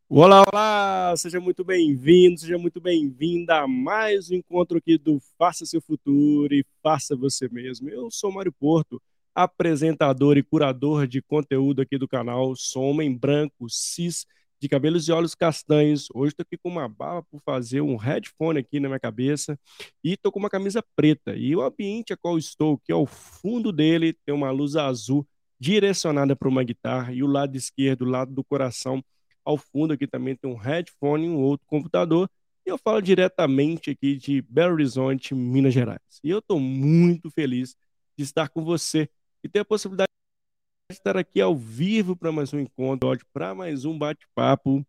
Olá, olá! Seja muito bem-vindo, seja muito bem-vinda a mais um encontro aqui do Faça Seu Futuro e Faça Você Mesmo. Eu sou Mário Porto, apresentador e curador de conteúdo aqui do canal. Sou homem branco, cis, de cabelos e olhos castanhos. Hoje estou aqui com uma barba por fazer um headphone aqui na minha cabeça e estou com uma camisa preta. E o ambiente a qual estou, que é o fundo dele, tem uma luz azul direcionada para uma guitarra e o lado esquerdo, o lado do coração ao fundo aqui também tem um headphone e um outro computador. E eu falo diretamente aqui de Belo Horizonte, Minas Gerais. E eu estou muito feliz de estar com você e ter a possibilidade de estar aqui ao vivo para mais um encontro, para mais um bate-papo.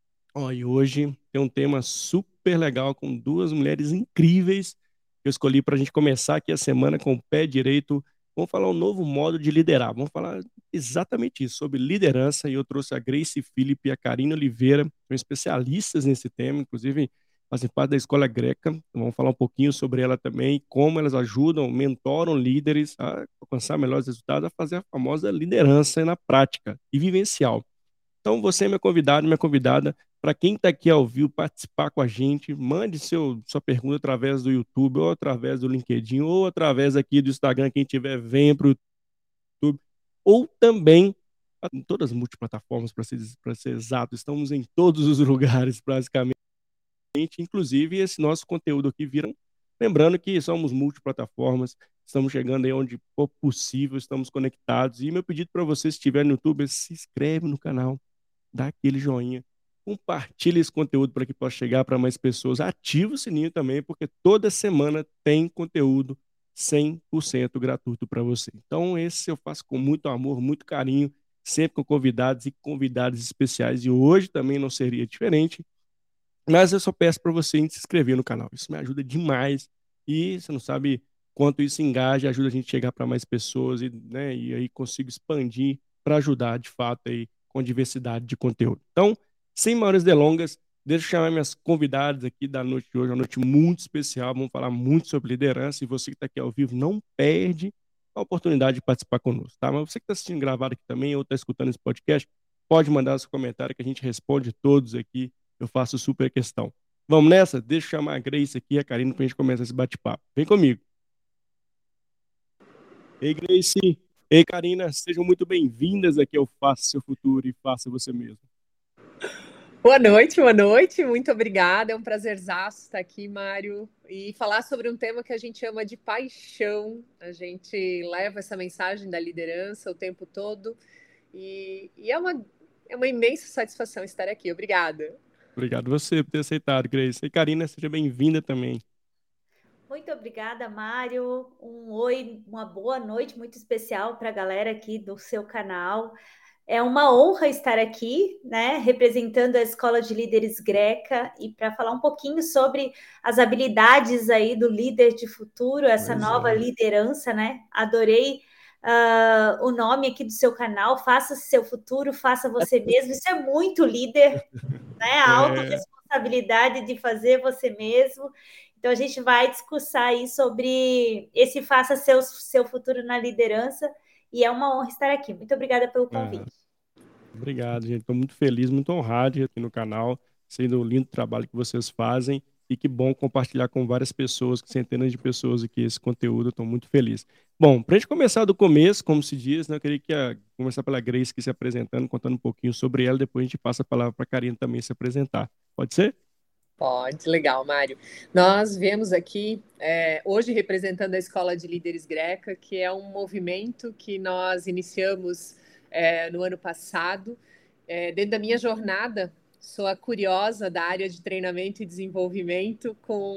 E hoje tem um tema super legal com duas mulheres incríveis que eu escolhi para a gente começar aqui a semana com o pé direito. Vamos falar um novo modo de liderar. Vamos falar exatamente isso, sobre liderança. E eu trouxe a Grace Philip e a Karina Oliveira, são especialistas nesse tema, inclusive fazem parte da escola greca. Então, vamos falar um pouquinho sobre ela também, como elas ajudam, mentoram líderes a alcançar melhores resultados, a fazer a famosa liderança na prática e vivencial. Então, você é meu convidado, minha convidada, para quem está aqui ao vivo participar com a gente, mande sua pergunta através do YouTube, ou através do LinkedIn, ou através aqui do Instagram, quem tiver, venha para o YouTube, ou também em todas as multiplataformas, para ser exato, estamos em todos os lugares, basicamente, inclusive esse nosso conteúdo aqui viram. Lembrando que somos multiplataformas, estamos chegando aí onde for possível, estamos conectados, e meu pedido para você, se estiver no YouTube, é se inscreve no canal, dá aquele joinha, compartilha esse conteúdo para que possa chegar para mais pessoas. Ativa o sininho também, porque toda semana tem conteúdo 100% gratuito para você. Então, esse eu faço com muito amor, muito carinho, sempre com convidados e convidadas especiais. E hoje também não seria diferente, mas eu só peço para você se inscrever no canal. Isso me ajuda demais. E você não sabe quanto isso engaja, ajuda a gente a chegar para mais pessoas e, né, e aí consigo expandir para ajudar de fato aí com diversidade de conteúdo. Então, sem maiores delongas, deixa eu chamar minhas convidadas aqui da noite de hoje, uma noite muito especial. Vamos falar muito sobre liderança e você que está aqui ao vivo não perde a oportunidade de participar conosco, tá? Mas você que está assistindo gravado aqui também ou está escutando esse podcast, pode mandar seu comentário que a gente responde todos aqui. Eu faço super questão. Vamos nessa? Deixa eu chamar a Grace aqui e a Karina para a gente começar esse bate-papo. Vem comigo. Ei, Grace. Ei, Karina. Sejam muito bem-vindas aqui ao Faça Seu Futuro e Faça Você Mesmo. Boa noite, boa noite. Muito obrigada. É um prazerzaço estar aqui, Mário, e falar sobre um tema que a gente ama de paixão. A gente leva essa mensagem da liderança o tempo todo e é uma imensa satisfação estar aqui. Obrigada. Obrigado você por ter aceitado, Grace. E Karina, seja bem-vinda também. Muito obrigada, Mário. Um oi, uma boa noite muito especial para a galera aqui do seu canal. É uma honra estar aqui, né, representando a Escola de Líderes Greca e para falar um pouquinho sobre as habilidades aí do líder de futuro, essa nova liderança, né? Adorei o nome aqui do seu canal, Faça Seu Futuro, Faça Você Mesmo. Isso é muito líder, né? A autorresponsabilidade de fazer você mesmo. Então, a gente vai discursar aí sobre esse Faça seu futuro na liderança e é uma honra estar aqui. Muito obrigada pelo convite. Obrigado, gente. Estou muito feliz, muito honrado aqui no canal, sendo o lindo trabalho que vocês fazem e que bom compartilhar com várias pessoas, com centenas de pessoas aqui esse conteúdo. Estou muito feliz. Bom, para a gente começar do começo, como se diz, né, eu queria começar pela Grace aqui se apresentando, contando um pouquinho sobre ela, depois a gente passa a palavra para a Karina também se apresentar. Pode ser? Pode, legal, Mário. Nós viemos aqui hoje representando a Escola de Líderes Greca, que é um movimento que nós iniciamos no ano passado. Dentro da minha jornada, sou a curiosa da área de treinamento e desenvolvimento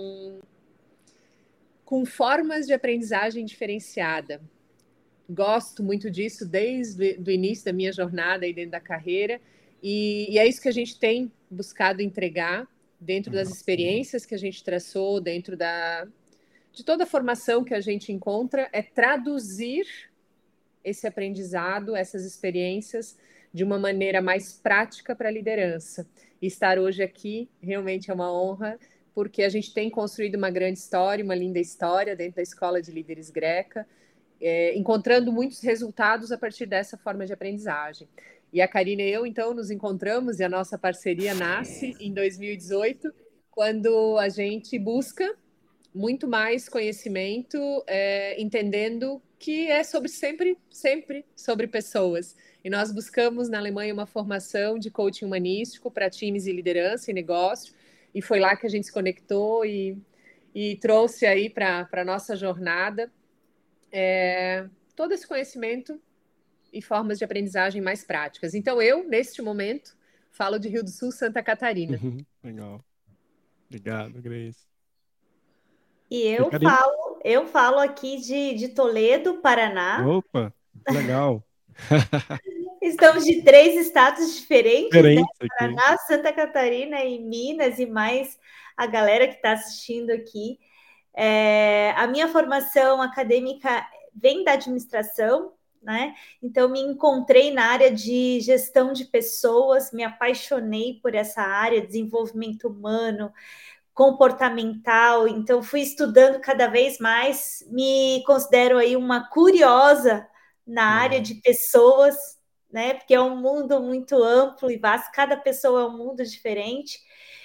com formas de aprendizagem diferenciada. Gosto muito disso desde o início da minha jornada e dentro da carreira, e é isso que a gente tem buscado entregar dentro das experiências que a gente traçou, dentro de toda a formação que a gente encontra, é traduzir esse aprendizado, essas experiências, de uma maneira mais prática para a liderança. E estar hoje aqui realmente é uma honra, porque a gente tem construído uma grande história, uma linda história dentro da Escola de Líderes Greca, encontrando muitos resultados a partir dessa forma de aprendizagem. E a Karina e eu, então, nos encontramos e a nossa parceria nasce em 2018, quando a gente busca muito mais conhecimento, entendendo que é sempre sobre pessoas. E nós buscamos na Alemanha uma formação de coaching humanístico para times e liderança e negócio, e foi lá que a gente se conectou e trouxe aí para a nossa jornada todo esse conhecimento e formas de aprendizagem mais práticas. Então, eu, neste momento, falo de Rio do Sul, Santa Catarina. Legal. Obrigado, Grace. E eu falo aqui de Toledo, Paraná. Opa, legal. Estamos de 3 estados diferentes, né? Paraná, aqui. Santa Catarina e Minas, e mais a galera que está assistindo aqui. A minha formação acadêmica vem da administração, né? Então, me encontrei na área de gestão de pessoas, me apaixonei por essa área, desenvolvimento humano, comportamental, então fui estudando cada vez mais, me considero aí uma curiosa na área de pessoas, né? Porque é um mundo muito amplo e vasto, cada pessoa é um mundo diferente.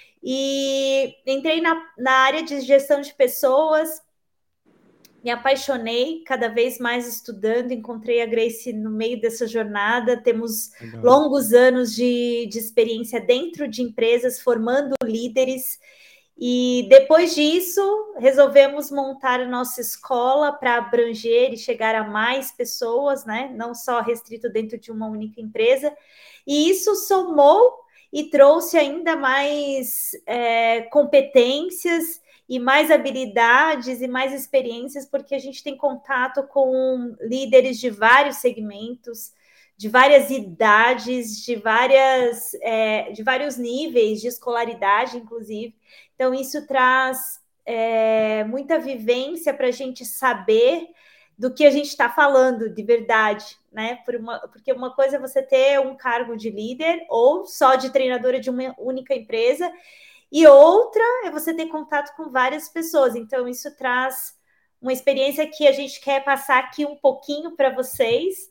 E entrei na área de gestão de pessoas, me apaixonei cada vez mais estudando, encontrei a Grace no meio dessa jornada, temos longos anos de experiência dentro de empresas, formando líderes. E depois disso, resolvemos montar a nossa escola para abranger e chegar a mais pessoas, né? Não só restrito dentro de uma única empresa. E isso somou e trouxe ainda mais competências e mais habilidades e mais experiências, porque a gente tem contato com líderes de vários segmentos, de várias idades, de vários níveis de escolaridade, inclusive. Então, isso traz muita vivência para a gente saber do que a gente está falando de verdade, né? Porque uma coisa é você ter um cargo de líder ou só de treinadora de uma única empresa, e outra é você ter contato com várias pessoas. Então, isso traz uma experiência que a gente quer passar aqui um pouquinho para vocês.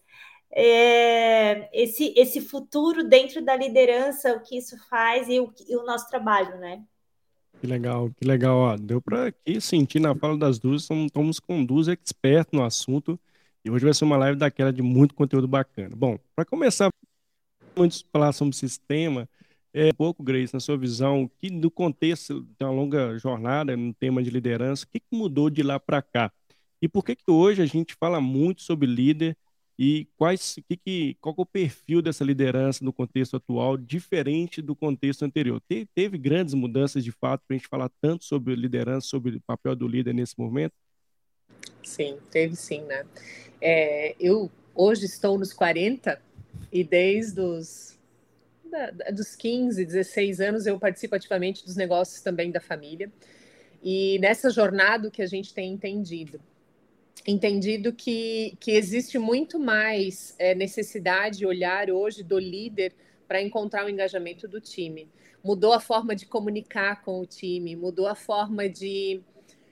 Esse futuro dentro da liderança, o que isso faz e o nosso trabalho, né? Que legal, que legal. Ó, deu para aqui sentir na fala das duas, estamos com duas expertas no assunto e hoje vai ser uma live daquela de muito conteúdo bacana. Bom, para começar, vamos falar sobre o sistema. Um pouco, Grace, na sua visão, que no contexto de uma longa jornada no tema de liderança, o que mudou de lá para cá? E por que hoje a gente fala muito sobre líder e qual que é o perfil dessa liderança no contexto atual, diferente do contexto anterior? Teve grandes mudanças de fato para a gente falar tanto sobre liderança, sobre o papel do líder nesse momento? Sim, teve sim, né? Eu hoje estou nos 40 e desde dos 15, 16 anos eu participo ativamente dos negócios também da família. E nessa jornada que a gente tem entendido que existe muito mais necessidade, olhar hoje do líder para encontrar o engajamento do time. Mudou a forma de comunicar com o time, mudou a forma de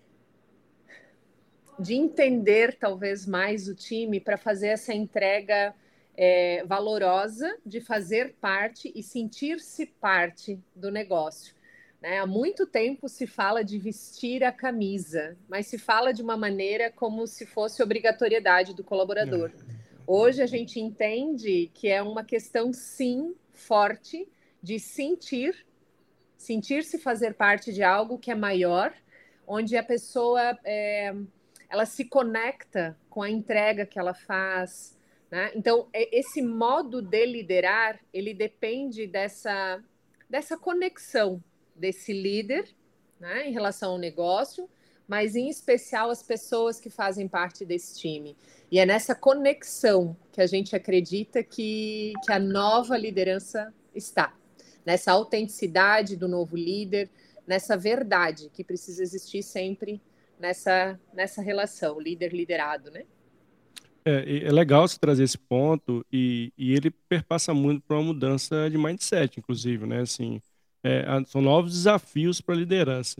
entender talvez mais o time para fazer essa entrega valorosa de fazer parte e sentir-se parte do negócio. Né? Há muito tempo se fala de vestir a camisa, mas se fala de uma maneira como se fosse obrigatoriedade do colaborador. Hoje a gente entende que é uma questão, sim, forte de sentir-se fazer parte de algo que é maior, onde a pessoa ela se conecta com a entrega que ela faz. Né? Então, esse modo de liderar, ele depende dessa conexão desse líder, né, em relação ao negócio, mas em especial as pessoas que fazem parte desse time. E é nessa conexão que a gente acredita que a nova liderança está. Nessa autenticidade do novo líder, nessa verdade que precisa existir sempre nessa relação, líder-liderado, né? É legal você trazer esse ponto e ele perpassa muito para uma mudança de mindset, inclusive, né? Assim, são novos desafios para a liderança.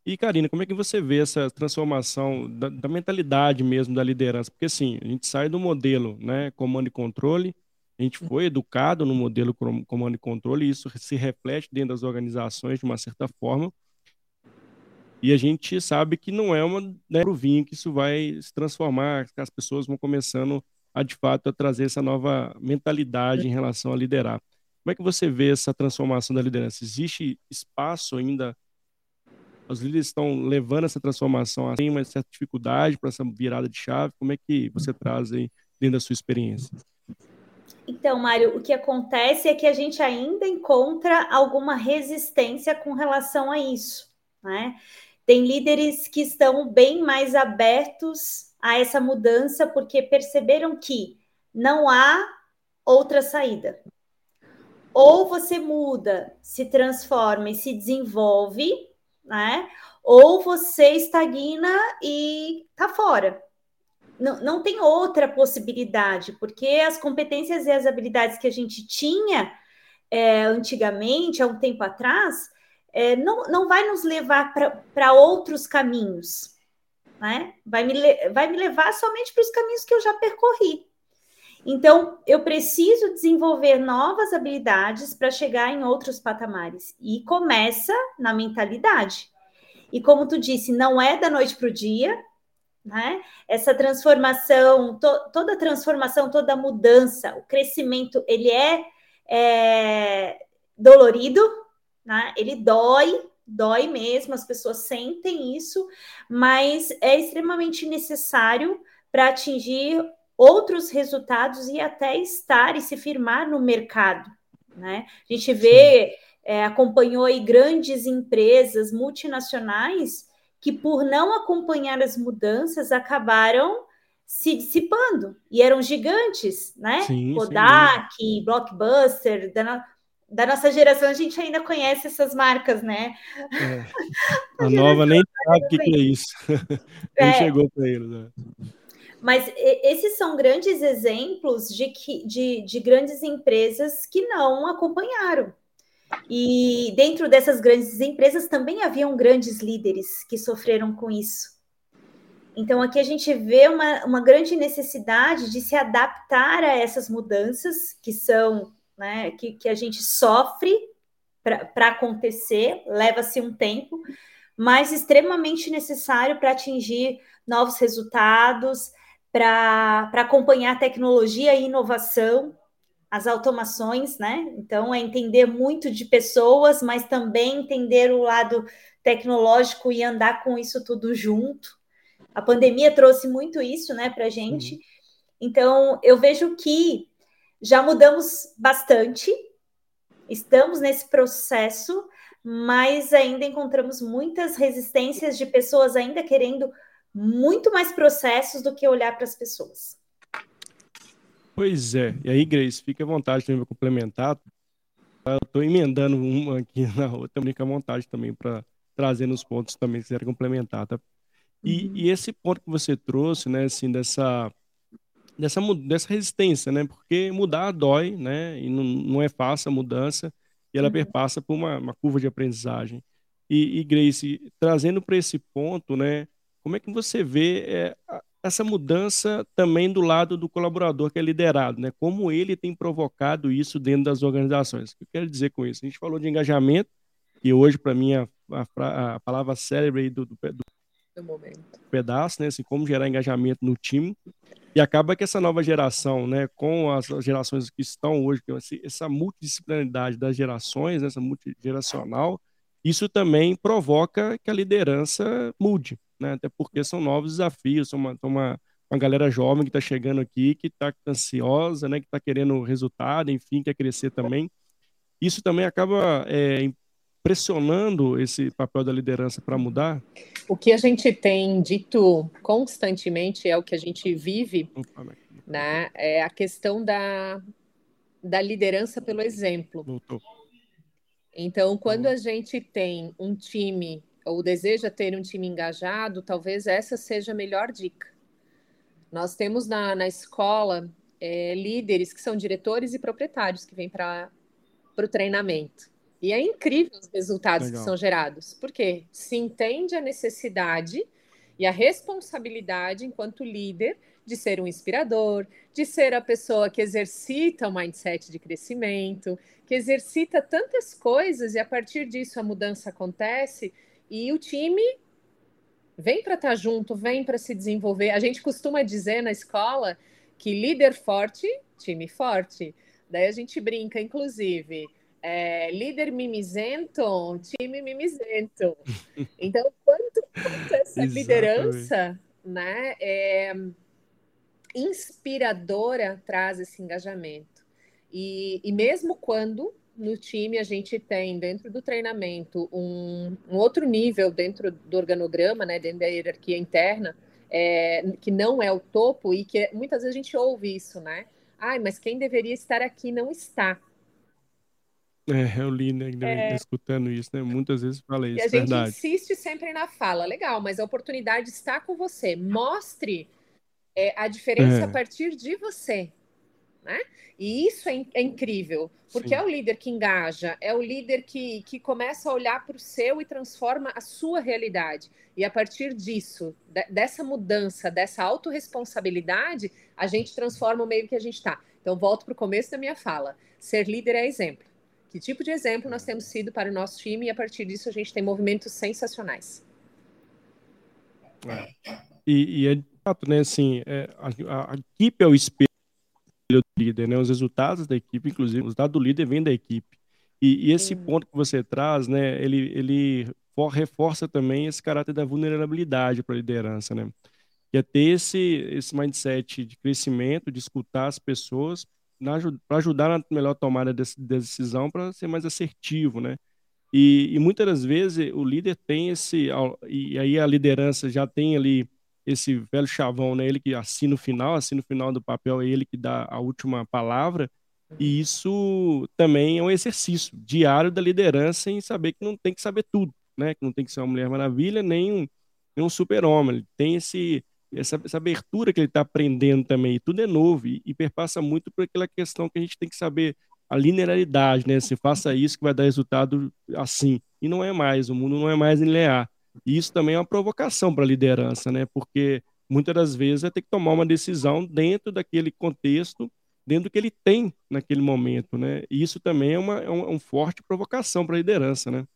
E, Karina, como é que você vê essa transformação da mentalidade mesmo da liderança? Porque, assim, a gente sai do modelo, né, comando e controle, a gente foi educado no modelo comando e controle, e isso se reflete dentro das organizações de uma certa forma, e a gente sabe que não é uma, né, pro vinho que isso vai se transformar, que as pessoas vão começando a, de fato, a trazer essa nova mentalidade em relação a liderar. Como é que você vê essa transformação da liderança? Existe espaço ainda? Os líderes estão levando essa transformação, tem uma certa dificuldade para essa virada de chave? Como é que você traz aí dentro da sua experiência? Então, Mário, o que acontece é que a gente ainda encontra alguma resistência com relação a isso, né? Tem líderes que estão bem mais abertos a essa mudança porque perceberam que não há outra saída. Ou você muda, se transforma e se desenvolve, né? Ou você estagna e tá fora. Não tem outra possibilidade, porque as competências e as habilidades que a gente tinha antigamente, há um tempo atrás, não vai nos levar para outros caminhos, né? Vai me levar somente para os caminhos que eu já percorri. Então, eu preciso desenvolver novas habilidades para chegar em outros patamares. E começa na mentalidade. E como tu disse, não é da noite para o dia, né? Essa transformação, toda transformação, toda mudança, o crescimento, ele é dolorido, né? Ele dói mesmo, as pessoas sentem isso, mas é extremamente necessário para atingir outros resultados e até estar e se firmar no mercado, né? A gente vê, acompanhou aí grandes empresas multinacionais que, por não acompanhar as mudanças, acabaram se dissipando e eram gigantes, né? Sim, sem dúvida. Kodak, Blockbuster, da nossa geração a gente ainda conhece essas marcas, né? É. A A nova geração nem sabe o que que é isso. Nem é, chegou para eles. Né? mas esses são grandes exemplos de grandes empresas que não acompanharam. E dentro dessas grandes empresas também haviam grandes líderes que sofreram com isso. Então, aqui a gente vê uma grande necessidade de se adaptar a essas mudanças que são, né, que a gente sofre para acontecer, leva-se um tempo, mas extremamente necessário para atingir novos resultados, para acompanhar tecnologia e inovação, as automações, né? Então, é entender muito de pessoas, mas também entender o lado tecnológico e andar com isso tudo junto. A pandemia trouxe muito isso, né, para a gente. Então, eu vejo que já mudamos bastante, estamos nesse processo, mas ainda encontramos muitas resistências de pessoas ainda querendo muito mais processos do que olhar para as pessoas. Pois é. E aí, Grace, fique à vontade também para complementar. Eu estou emendando uma aqui na outra, fica à vontade também para trazer nos pontos também, se quiser complementar, tá? E esse ponto que você trouxe, né, assim, dessa resistência, né? Porque mudar dói, né? E não é fácil a mudança, e ela perpassa por uma curva de aprendizagem. E Grace, trazendo para esse ponto, né? Como é que você vê essa mudança também do lado do colaborador que é liderado, né? Como ele tem provocado isso dentro das organizações? O que eu quero dizer com isso? A gente falou de engajamento, que hoje, para mim, é a palavra célebre do momento. pedaço, né? Assim, como gerar engajamento no time. E acaba que essa nova geração, né, com as gerações que estão hoje, essa multidisciplinaridade das gerações, essa multigeracional, isso também provoca que a liderança mude, né? Até porque são novos desafios, são uma galera jovem que está chegando aqui, que está ansiosa, né, que está querendo resultado, enfim, quer crescer também. Isso também acaba pressionando esse papel da liderança para mudar. O que a gente tem dito constantemente é o que a gente vive, né? É a questão da liderança pelo exemplo. Voltou. Então, quando a gente tem um time, ou deseja ter um time engajado, talvez essa seja a melhor dica. Nós temos na escola líderes que são diretores e proprietários que vêm para o treinamento. E é incrível os resultados que Legal. são gerados, porque se entende a necessidade e a responsabilidade enquanto líder de ser um inspirador, de ser a pessoa que exercita o mindset de crescimento, que exercita tantas coisas e a partir disso a mudança acontece e o time vem para estar junto, vem para se desenvolver. A gente costuma dizer na escola que líder forte, time forte. Daí a gente brinca, inclusive, líder mimizento, time mimizento. Então, quanto essa Exatamente. liderança, né, inspiradora traz esse engajamento. E mesmo quando no time a gente tem dentro do treinamento um outro nível dentro do organograma, né, dentro da hierarquia interna, que não é o topo e que muitas vezes a gente ouve isso, né? Ai, mas quem deveria estar aqui não está. Eu li, né, escutando isso, né? Muitas vezes fala E isso, a gente verdade. insiste sempre na fala, legal, mas a oportunidade está com você. Mostre a diferença a É, partir de você. Né? E isso é incrível, porque é sim. o líder que engaja, é o líder que começa a olhar para o seu e transforma a sua realidade. E a partir disso, dessa mudança, dessa autorresponsabilidade, a gente transforma o meio que a gente está. Então, volto para o começo da minha fala. Ser líder é exemplo. Que tipo de exemplo nós temos sido para o nosso time e a partir disso a gente tem movimentos sensacionais. É. E é de fato, né, assim, a equipe é o espelho do líder, né? Os resultados da equipe, inclusive, os resultados do líder vêm da equipe. E esse ponto que você traz, né, ele reforça também esse caráter da vulnerabilidade para a liderança, né? Que é ter esse mindset de crescimento, de escutar as pessoas para ajudar na melhor tomada de decisão, para ser mais assertivo, né? E muitas das vezes o líder tem e aí a liderança já tem ali esse velho chavão, né? Ele que assina o final do papel, é ele que dá a última palavra. E isso também é um exercício diário da liderança em saber que não tem que saber tudo, né? Que não tem que ser uma Mulher Maravilha, nem um super-homem. Ele tem essa abertura que ele está aprendendo também. E tudo é novo e perpassa muito por aquela questão que a gente tem que saber a linearidade, né? Se faça isso que vai dar resultado assim. E não é mais, o mundo não é mais linear. E isso também é uma provocação para a liderança, né? Porque muitas das vezes vai ter que tomar uma decisão dentro daquele contexto, dentro do que ele tem naquele momento, né? E isso também é uma forte provocação para a liderança, né?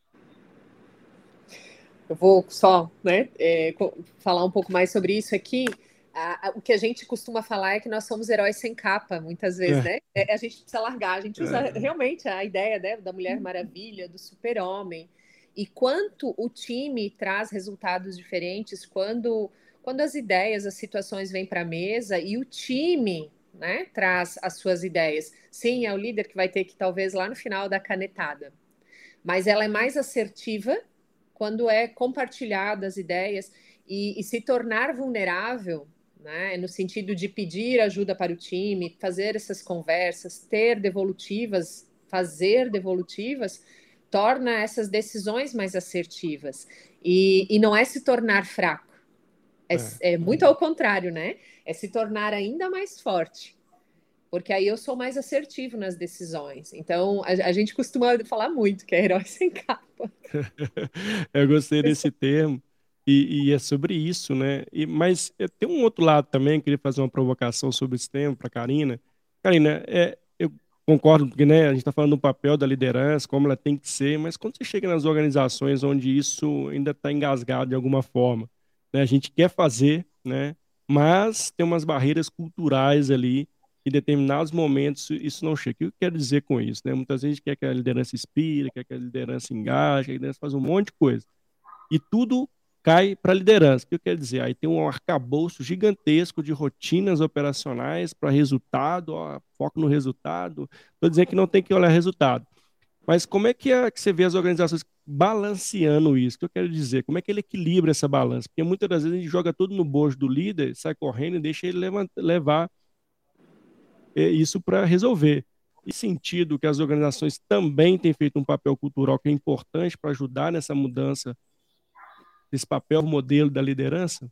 Eu vou só, né, falar um pouco mais sobre isso aqui. O que a gente costuma falar é que nós somos heróis sem capa, muitas vezes, É, né? A gente precisa largar, a gente usa é, realmente a ideia, né, da Mulher Maravilha, do super-homem, e quanto o time traz resultados diferentes quando as ideias, as situações vêm para a mesa e o time, né, traz as suas ideias. Sim, é o líder que vai ter que, talvez, lá no final da canetada, mas ela é mais assertiva quando é compartilhada as ideias e se tornar vulnerável, né, no sentido de pedir ajuda para o time, fazer essas conversas, ter devolutivas, fazer devolutivas, torna essas decisões mais assertivas. E não é se tornar fraco, é. é muito ao contrário, né? É se tornar ainda mais forte porque aí eu sou mais assertivo nas decisões. Então, a gente costuma falar muito que é herói sem capa. Eu gostei desse termo e é sobre isso, né? Mas tem um outro lado também, eu queria fazer uma provocação sobre esse tema para Karina. Karina, eu concordo porque, né, a gente está falando do papel da liderança, como ela tem que ser, mas quando você chega nas organizações onde isso ainda está engasgado de alguma forma, né, a gente quer fazer, né, mas tem umas barreiras culturais ali. Em determinados momentos isso não chega. O que eu quero dizer com isso, né? Muitas vezes a gente quer que a liderança inspire, quer que a liderança engaje, que a liderança faz um monte de coisa. E tudo cai para a liderança. O que eu quero dizer? Aí tem um arcabouço gigantesco de rotinas operacionais para resultado, ó, foco no resultado. Estou dizendo que não tem que olhar resultado. Mas como é que você vê as organizações balanceando isso? O que eu quero dizer? Como é que ele equilibra essa balança? Porque muitas das vezes a gente joga tudo no bojo do líder, sai correndo e deixa ele levar isso para resolver. E sentido que as organizações também têm feito um papel cultural que é importante para ajudar nessa mudança, desse papel modelo da liderança?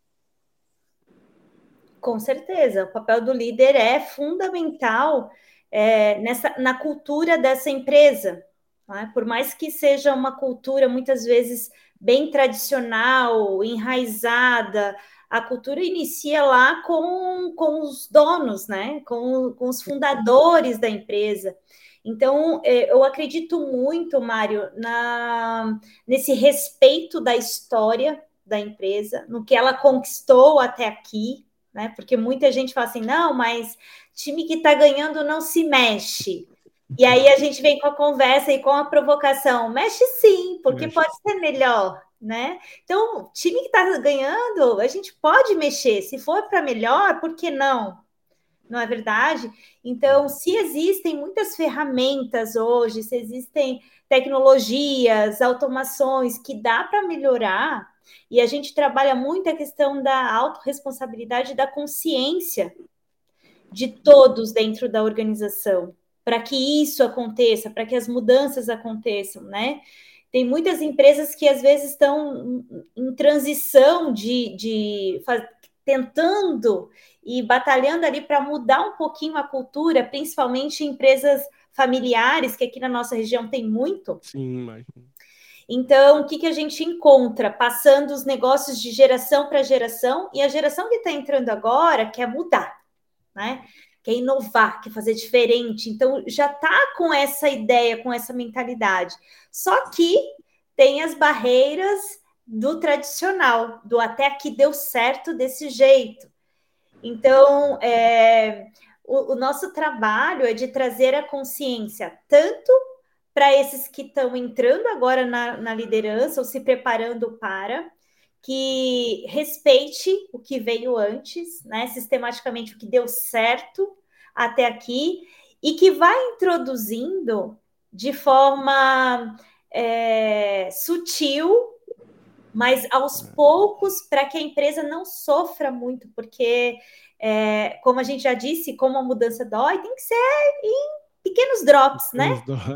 Com certeza, o papel do líder é fundamental na cultura dessa empresa. né? Por mais que seja uma cultura muitas vezes bem tradicional, enraizada, a cultura inicia lá com os donos, né? Com os fundadores da empresa. Então, eu acredito muito, Mário, nesse respeito da história da empresa, no que ela conquistou até aqui, né? Porque muita gente fala assim, não, mas time que está ganhando não se mexe. E aí a gente vem com a conversa e com a provocação. Mexe sim, porque Mexe. pode ser melhor, né? Então, time que está ganhando, a gente pode mexer. Se for para melhor, por que não? Não é verdade? Então, se existem muitas ferramentas hoje, se existem tecnologias, automações que dá para melhorar, e a gente trabalha muito a questão da autorresponsabilidade e da consciência de todos dentro da organização, para que isso aconteça, para que as mudanças aconteçam, né? Tem muitas empresas que às vezes estão em transição tentando e batalhando ali para mudar um pouquinho a cultura, principalmente empresas familiares, que aqui na nossa região tem muito. Sim, imagino. Então, o que a gente encontra? Passando os negócios de geração para geração, e a geração que está entrando agora quer mudar, né? Quer inovar, quer fazer diferente. Então, já está com essa ideia, com essa mentalidade. Só que tem as barreiras do tradicional, do até aqui deu certo desse jeito. Então, o nosso trabalho é de trazer a consciência tanto para esses que estão entrando agora na liderança ou se preparando para, que respeite o que veio antes, né? Sistematicamente o que deu certo até aqui, e que vai introduzindo de forma sutil, mas aos poucos, para que a empresa não sofra muito, porque, como a gente já disse, como a mudança dói, tem que ser em pequenos drops, né?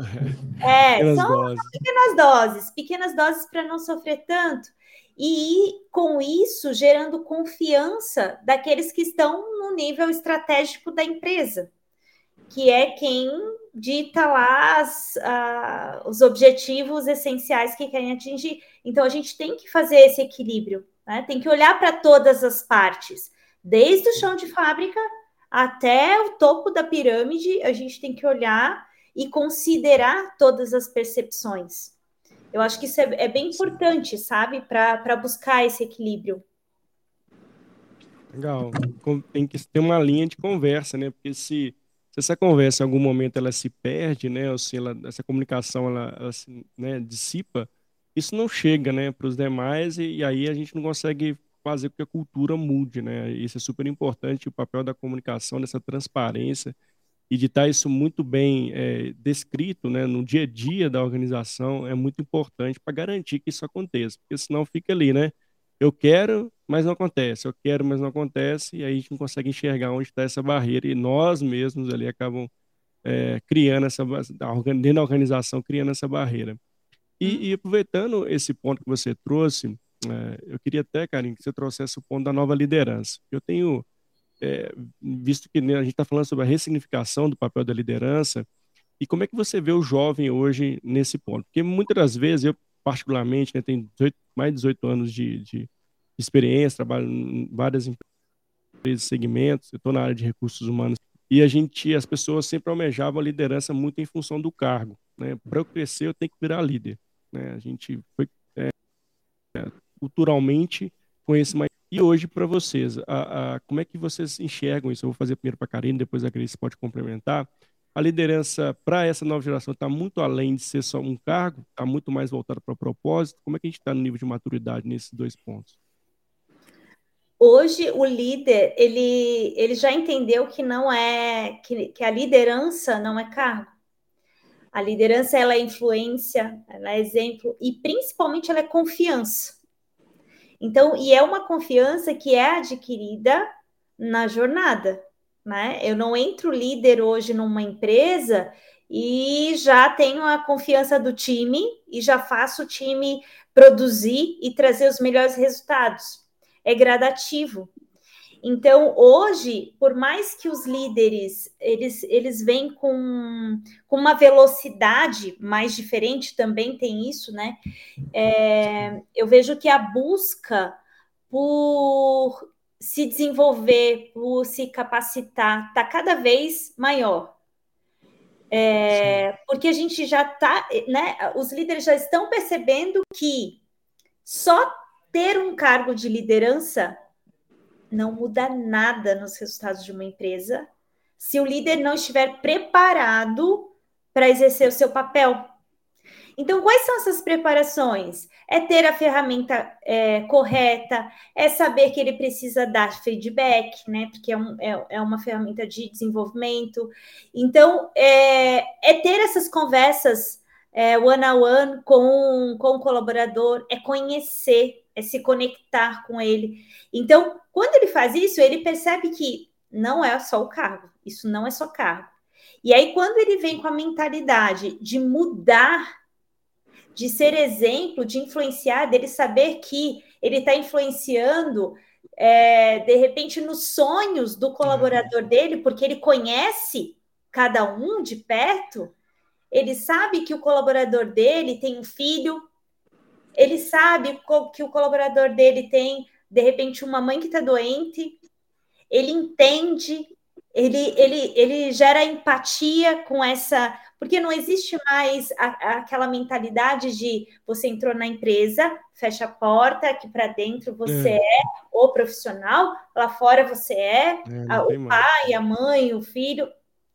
São pequenas doses para não sofrer tanto. E com isso gerando confiança daqueles que estão no nível estratégico da empresa, que é quem dita lá os objetivos essenciais que querem atingir. Então, a gente tem que fazer esse equilíbrio, né? Tem que olhar para todas as partes, desde o chão de fábrica até o topo da pirâmide, a gente tem que olhar e considerar todas as percepções. Eu acho que isso é bem importante, sabe? Para buscar esse equilíbrio. Legal. Tem que ter uma linha de conversa, né? Porque se essa conversa em algum momento ela se perde, né? Ou se essa comunicação ela se, né, dissipa, isso não chega, né, para os demais e aí a gente não consegue fazer com que a cultura mude, né? Isso é super importante, o papel da comunicação, dessa transparência e de estar isso muito bem descrito, né, no dia a dia da organização é muito importante para garantir que isso aconteça, porque senão fica ali, né? Eu quero, mas não acontece. Eu quero, mas não acontece. E aí a gente não consegue enxergar onde está essa barreira. E nós mesmos ali acabam criando dentro da organização, criando essa barreira. E aproveitando esse ponto que você trouxe, eu queria até, Karine, que você trouxesse o ponto da nova liderança. Eu tenho visto que, né, a gente está falando sobre a ressignificação do papel da liderança. E como é que você vê o jovem hoje nesse ponto? Porque muitas das vezes, eu particularmente, né, tenho mais de 18 anos de experiência, trabalho em várias empresas, segmentos, eu estou na área de recursos humanos, e as pessoas sempre almejavam a liderança muito em função do cargo, né? Para eu crescer, eu tenho que virar líder, né? A gente foi culturalmente com esse mais. E hoje, para vocês, como é que vocês enxergam isso? Eu vou fazer primeiro para a Karine, depois a Grace pode complementar. A liderança para essa nova geração está muito além de ser só um cargo, está muito mais voltada para o propósito. Como é que a gente está no nível de maturidade nesses dois pontos? Hoje, o líder, ele já entendeu que não que a liderança não é cargo. A liderança, ela é influência, ela é exemplo e, principalmente, ela é confiança. Então, e é uma confiança que é adquirida na jornada, né? Eu não entro líder hoje numa empresa e já tenho a confiança do time e já faço o time produzir e trazer os melhores resultados. É gradativo. Então, hoje, por mais que os líderes eles vêm com uma velocidade mais diferente, também tem isso, né? Eu vejo que a busca por se desenvolver, por se capacitar, está cada vez maior. Porque a gente já está, né? Os líderes já estão percebendo que só ter um cargo de liderança não muda nada nos resultados de uma empresa se o líder não estiver preparado para exercer o seu papel. Então, quais são essas preparações? É ter a ferramenta correta, é saber que ele precisa dar feedback, né? Porque é uma ferramenta de desenvolvimento. Então, é ter essas conversas one-on-one com o colaborador, é conhecer, é se conectar com ele. Então, quando ele faz isso, ele percebe que não é só o cargo, isso não é só cargo. E aí, quando ele vem com a mentalidade de mudar, de ser exemplo, de influenciar, dele saber que ele está influenciando, de repente, nos sonhos do colaborador dele, porque ele conhece cada um de perto, ele sabe que o colaborador dele tem um filho, ele sabe que o colaborador dele tem, de repente, uma mãe que está doente, ele entende, ele gera empatia com essa... Porque não existe mais aquela mentalidade de você entrou na empresa, fecha a porta, aqui para dentro você é o profissional, lá fora você o pai, a mãe, o filho.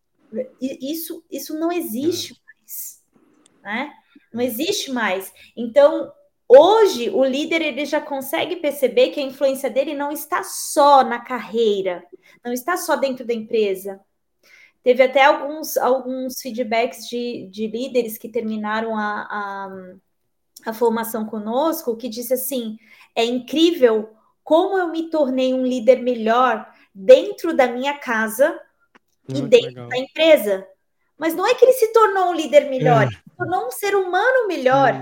Isso não existe mais, né? Não existe mais. Então, hoje, o líder ele já consegue perceber que a influência dele não está só na carreira, não está só dentro da empresa. Teve até alguns feedbacks de líderes que terminaram a formação conosco, que disse assim, é incrível como eu me tornei um líder melhor dentro da minha casa e dentro da empresa. Mas não é que ele se tornou um líder melhor, ele se tornou um ser humano melhor.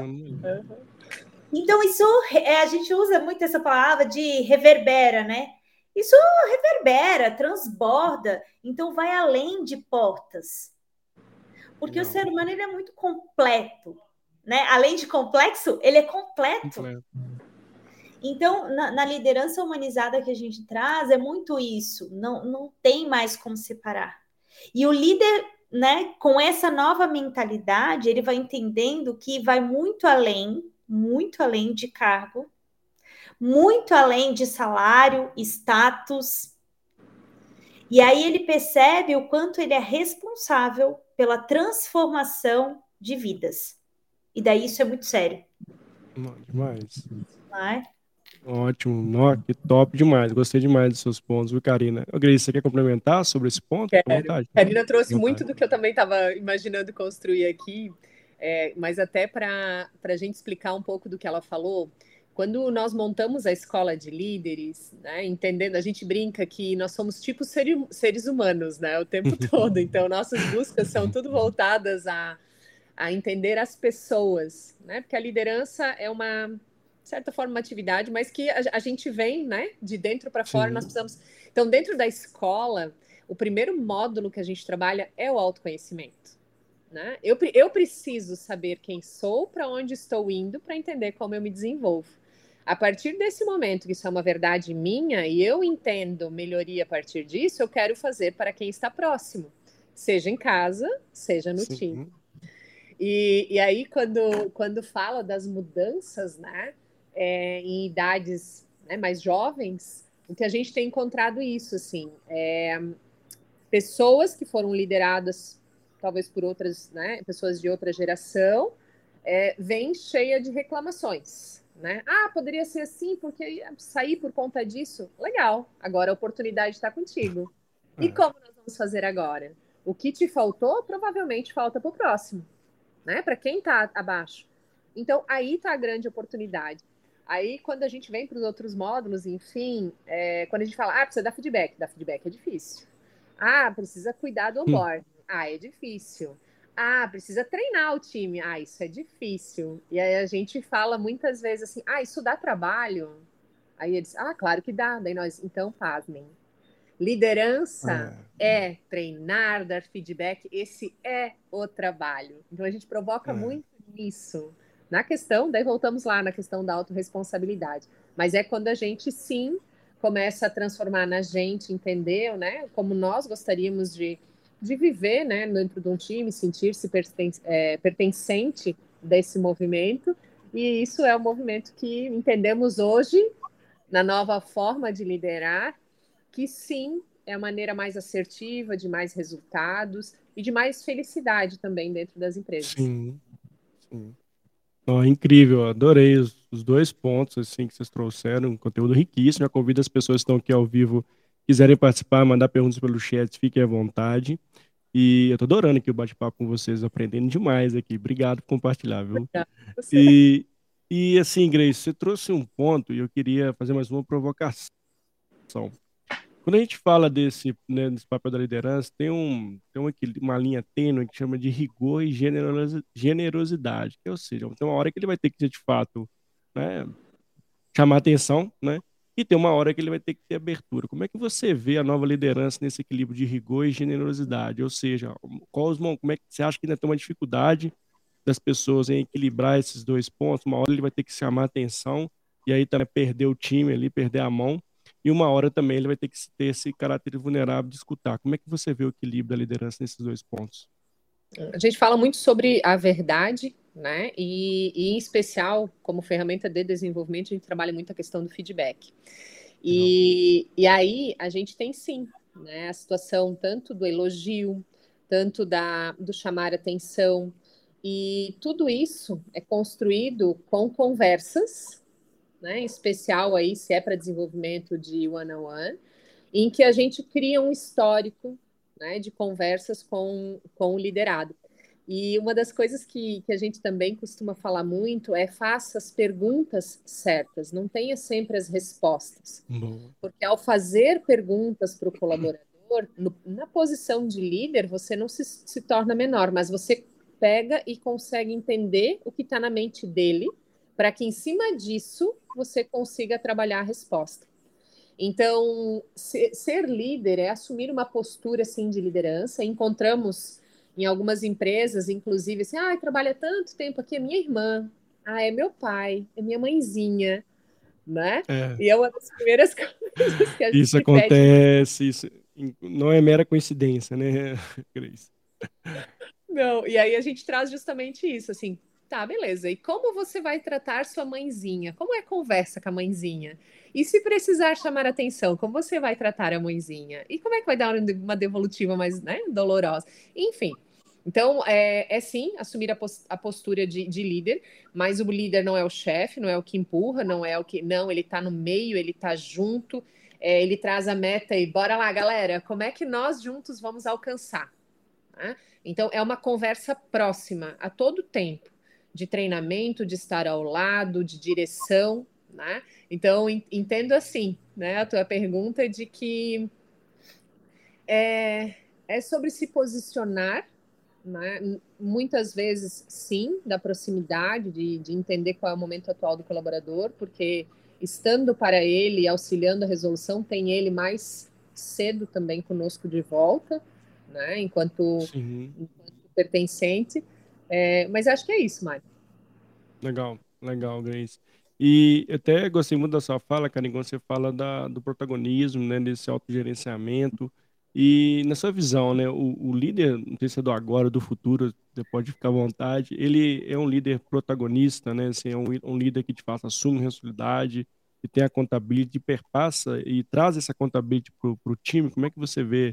Então, isso, a gente usa muito essa palavra de reverbera, né? Isso reverbera, transborda, então vai além de portas. Porque o ser humano ele é muito completo, né? Além de complexo, ele é completo. Então, na liderança humanizada que a gente traz, é muito isso. Não tem mais como separar. E o líder, né, com essa nova mentalidade, ele vai entendendo que vai muito além de cargo, muito além de salário, status. E aí ele percebe o quanto ele é responsável pela transformação de vidas. E daí isso é muito sério. Demais. Não é? Ótimo, que top demais. Gostei demais dos seus pontos, viu, Karina? Grace, você quer complementar sobre esse ponto? Quero. Vontade. Karina trouxe muito do que eu também estava imaginando construir aqui, mas até para a gente explicar um pouco do que ela falou. Quando nós montamos a escola de líderes, né, entendendo, a gente brinca que nós somos tipo seres humanos, né, o tempo todo. Então, nossas buscas são tudo voltadas a entender as pessoas, né, porque a liderança é uma, de certa forma, uma atividade, mas que a gente vem, né, de dentro para fora. Nós precisamos... Então, dentro da escola, o primeiro módulo que a gente trabalha é o autoconhecimento. Né? Eu preciso saber quem sou, para onde estou indo, para entender como eu me desenvolvo. A partir desse momento, que isso é uma verdade minha, e eu entendo melhoria a partir disso, eu quero fazer para quem está próximo, seja em casa, seja no time. E aí, quando fala das mudanças, né, em idades, né, mais jovens, o que a gente tem encontrado isso, assim, pessoas que foram lideradas talvez por outras, né, pessoas de outra geração, vem cheia de reclamações, né? Ah, poderia ser assim, porque sair por conta disso, legal, agora a oportunidade está contigo. E como nós vamos fazer agora? O que te faltou, provavelmente falta para o próximo, né? Para quem está abaixo. Então, aí está a grande oportunidade. Aí, quando a gente vem para os outros módulos, enfim, quando a gente fala, precisa dar feedback é difícil. Precisa cuidar do onboarding. É difícil. Precisa treinar o time. Isso é difícil. E aí a gente fala muitas vezes assim, isso dá trabalho? Aí eles, claro que dá. Daí nós, então, pasmem. Liderança é treinar, dar feedback, esse é o trabalho. Então a gente provoca muito isso. Na questão, daí voltamos lá na questão da autorresponsabilidade. Mas é quando a gente, sim, começa a transformar na gente, entendeu, né? Como nós gostaríamos de viver, né, dentro de um time, sentir-se pertencente desse movimento. E isso é um movimento que entendemos hoje, na nova forma de liderar, que sim, é a maneira mais assertiva, de mais resultados e de mais felicidade também dentro das empresas. Sim, sim. Incrível, adorei os dois pontos assim que vocês trouxeram, um conteúdo riquíssimo. Eu convido as pessoas que estão aqui ao vivo, quiserem participar, mandar perguntas pelo chat, fiquem à vontade. E eu tô adorando aqui o bate-papo com vocês, aprendendo demais aqui. Obrigado por compartilhar, viu? E, assim, Grace, você trouxe um ponto e eu queria fazer mais uma provocação. Quando a gente fala desse papel da liderança, tem uma linha tênue que chama de rigor e generosidade, que, ou seja, tem uma hora que ele vai ter que, de fato, né, chamar atenção, né? E tem uma hora que ele vai ter que ter abertura. Como é que você vê a nova liderança nesse equilíbrio de rigor e generosidade? Ou seja, como é que você acha que ainda tem uma dificuldade das pessoas em equilibrar esses dois pontos? Uma hora ele vai ter que chamar atenção e aí também perder o time ali, perder a mão. E uma hora também ele vai ter que ter esse caráter vulnerável de escutar. Como é que você vê o equilíbrio da liderança nesses dois pontos? A gente fala muito sobre a verdade, né? E em especial, como ferramenta de desenvolvimento, a gente trabalha muito a questão do feedback. E aí a gente tem sim, né? A situação tanto do elogio, tanto do chamar atenção. E tudo isso é construído com conversas, né? Em especial aí, se é para desenvolvimento de one-on-one, em que a gente cria um histórico, né, de conversas com o liderado. E uma das coisas que a gente também costuma falar muito é faça as perguntas certas, não tenha sempre as respostas. Porque ao fazer perguntas para o colaborador, na posição de líder, você não se torna menor, mas você pega e consegue entender o que está na mente dele, para que em cima disso você consiga trabalhar a resposta. Então, ser líder é assumir uma postura assim de liderança. Encontramos em algumas empresas, inclusive, assim, trabalha tanto tempo aqui, é minha irmã, é meu pai, é minha mãezinha, né? E é uma das primeiras coisas que a gente Isso acontece, isso não é mera coincidência, né, Grace? Não, e aí a gente traz justamente isso, assim, tá, beleza. E como você vai tratar sua mãezinha? Como é a conversa com a mãezinha? E se precisar chamar atenção, como você vai tratar a mãezinha? E como é que vai dar uma devolutiva mais, né, dolorosa? Enfim. Então, sim, assumir a postura de líder, mas o líder não é o chefe, não é o que empurra, não é o que. Não, ele tá no meio, ele tá junto, ele traz a meta e bora lá, galera, como é que nós juntos vamos alcançar? Né? Então, é uma conversa próxima a todo tempo, de treinamento, de estar ao lado, de direção, né? Então, entendo assim, né, a tua pergunta de que é sobre se posicionar, né? Muitas vezes, sim, da proximidade, de entender qual é o momento atual do colaborador, porque estando para ele, auxiliando a resolução, tem ele mais cedo também conosco de volta, né? Enquanto pertencente. Mas acho que é isso, Mário. Legal, Grace. E até gostei muito da sua fala, Karen, quando você fala do protagonismo, né, desse autogerenciamento. E na sua visão, né, o líder, não sei se é do agora ou do futuro, você pode ficar à vontade, ele é um líder protagonista, né, assim, é um líder que de fato assume responsabilidade, que tem a contabilidade, perpassa e traz essa contabilidade para o time. Como é que você vê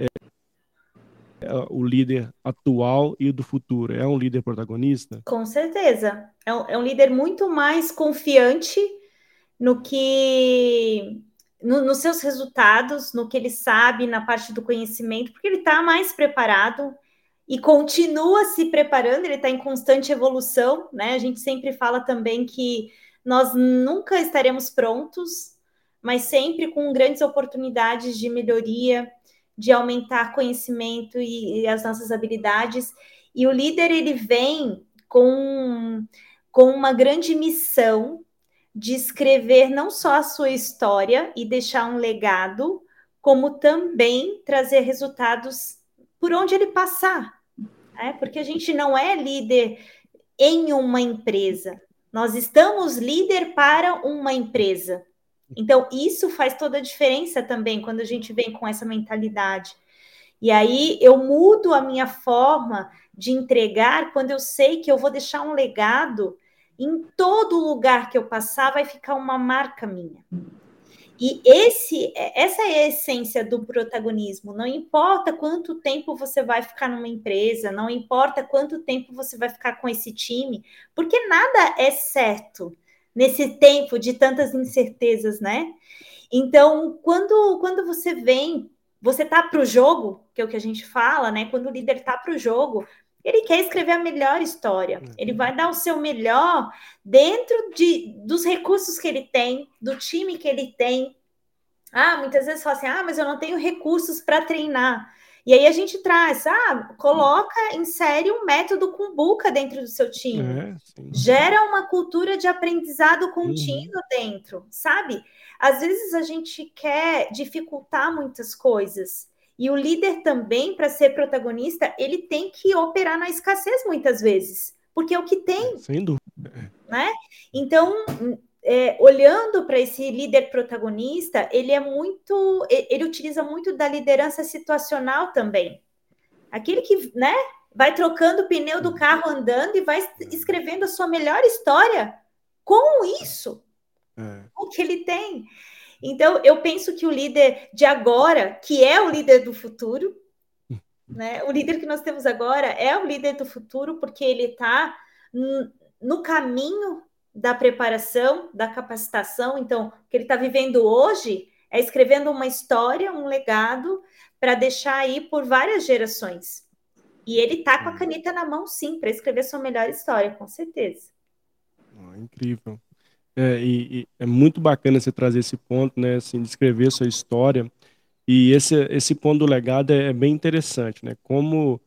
o líder atual e o do futuro? É um líder protagonista? Com certeza. É um líder muito mais confiante no que nos seus resultados, no que ele sabe, na parte do conhecimento, porque ele está mais preparado e continua se preparando, ele está em constante evolução, né? A gente sempre fala também que nós nunca estaremos prontos, mas sempre com grandes oportunidades de melhoria, de aumentar conhecimento e as nossas habilidades. E o líder, ele vem com uma grande missão de escrever não só a sua história e deixar um legado, como também trazer resultados por onde ele passar. Porque a gente não é líder em uma empresa, nós estamos líder para uma empresa. Então, isso faz toda a diferença também quando a gente vem com essa mentalidade. E aí eu mudo a minha forma de entregar quando eu sei que eu vou deixar um legado. Em todo lugar que eu passar vai ficar uma marca minha. E essa é a essência do protagonismo. Não importa quanto tempo você vai ficar numa empresa, não importa quanto tempo você vai ficar com esse time, porque nada é certo nesse tempo de tantas incertezas, né? Então, quando você vem, você tá para o jogo, que é o que a gente fala, né? Quando o líder tá para o jogo, ele quer escrever a melhor história. Ele vai dar o seu melhor dentro dos recursos que ele tem, do time que ele tem. Muitas vezes fala assim, mas eu não tenho recursos para treinar. E aí a gente traz, insere um método Kumbuka dentro do seu time. Gera uma cultura de aprendizado contínuo dentro, sabe? Às vezes a gente quer dificultar muitas coisas. E o líder também, para ser protagonista, ele tem que operar na escassez muitas vezes. Porque é o que tem. Sem dúvida. Né? Então, olhando para esse líder protagonista, ele utiliza muito da liderança situacional também. Aquele que, né, vai trocando o pneu do carro andando e vai escrevendo a sua melhor história com isso, com o que ele tem. Então, eu penso que o líder de agora, que é o líder do futuro, né, o líder que nós temos agora é o líder do futuro, porque ele está no caminho da preparação, da capacitação. Então, o que ele está vivendo hoje é escrevendo uma história, um legado, para deixar aí por várias gerações. E ele está com a caneta na mão, sim, para escrever sua melhor história, com certeza. Incrível. E é muito bacana você trazer esse ponto, né, assim, de escrever sua história. E esse ponto do legado é bem interessante, né? Como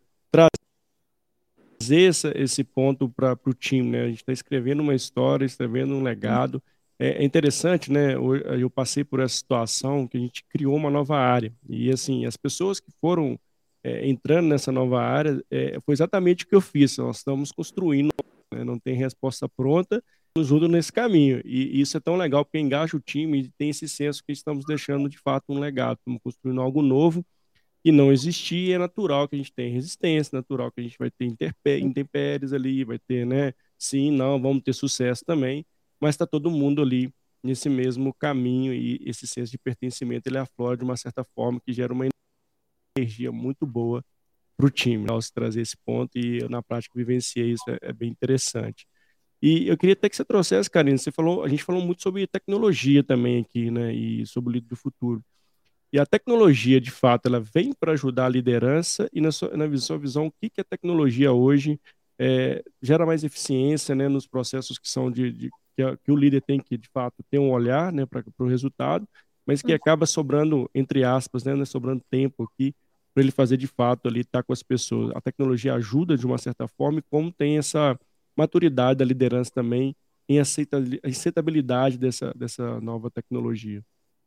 trazer esse ponto para o time, né? A gente está escrevendo uma história, escrevendo um legado. É interessante, né? Eu passei por essa situação que a gente criou uma nova área. E, assim, as pessoas que foram entrando nessa nova área, foi exatamente o que eu fiz. Nós estamos construindo, né? Não tem resposta pronta, nos ajudam nesse caminho. E isso é tão legal, porque engaja o time e tem esse senso que estamos deixando, de fato, um legado. Estamos construindo algo novo que não existia. É natural que a gente tenha resistência, natural que a gente vai ter intempéries ali, vai ter, né? Sim, não, vamos ter sucesso também, mas está todo mundo ali nesse mesmo caminho e esse senso de pertencimento, ele aflora de uma certa forma que gera uma energia muito boa para o time, ao se trazer esse ponto, e eu, na prática, vivenciei isso, é bem interessante. E eu queria até que você trouxesse, Karine, a gente falou muito sobre tecnologia também aqui, né, e sobre o líder do futuro. E a tecnologia, de fato, ela vem para ajudar a liderança, e na sua visão, o que a tecnologia hoje gera mais eficiência, né, nos processos que são que o líder tem que, de fato, ter um olhar, né, para o resultado, mas que acaba sobrando, entre aspas, né, sobrando tempo aqui para ele fazer, de fato, ali estar com as pessoas. A tecnologia ajuda de uma certa forma, e como tem essa maturidade da liderança também em aceitabilidade dessa nova tecnologia.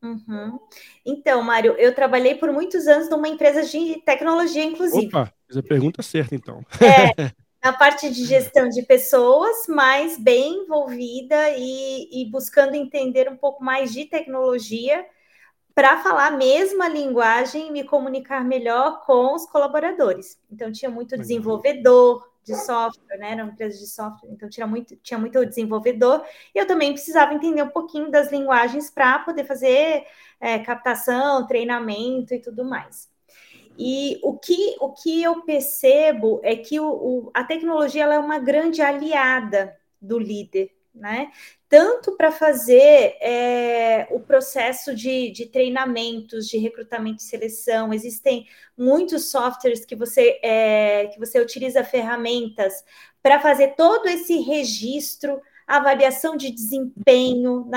Então, Mário, eu trabalhei por muitos anos numa empresa de tecnologia, inclusive. Opa, fiz a pergunta certa, então. Na parte de gestão de pessoas, mas bem envolvida e buscando entender um pouco mais de tecnologia para falar a mesma linguagem e me comunicar melhor com os colaboradores. Então, tinha muito desenvolvedor de software, né? Era uma empresa de software, então tinha muito desenvolvedor, e eu também precisava entender um pouquinho das linguagens para poder fazer captação, treinamento e tudo mais. E o que eu percebo é que a tecnologia ela é uma grande aliada do líder, né? Tanto para fazer o processo de treinamentos, de recrutamento e seleção. Existem muitos softwares que você utiliza ferramentas para fazer todo esse registro, avaliação de desempenho, né?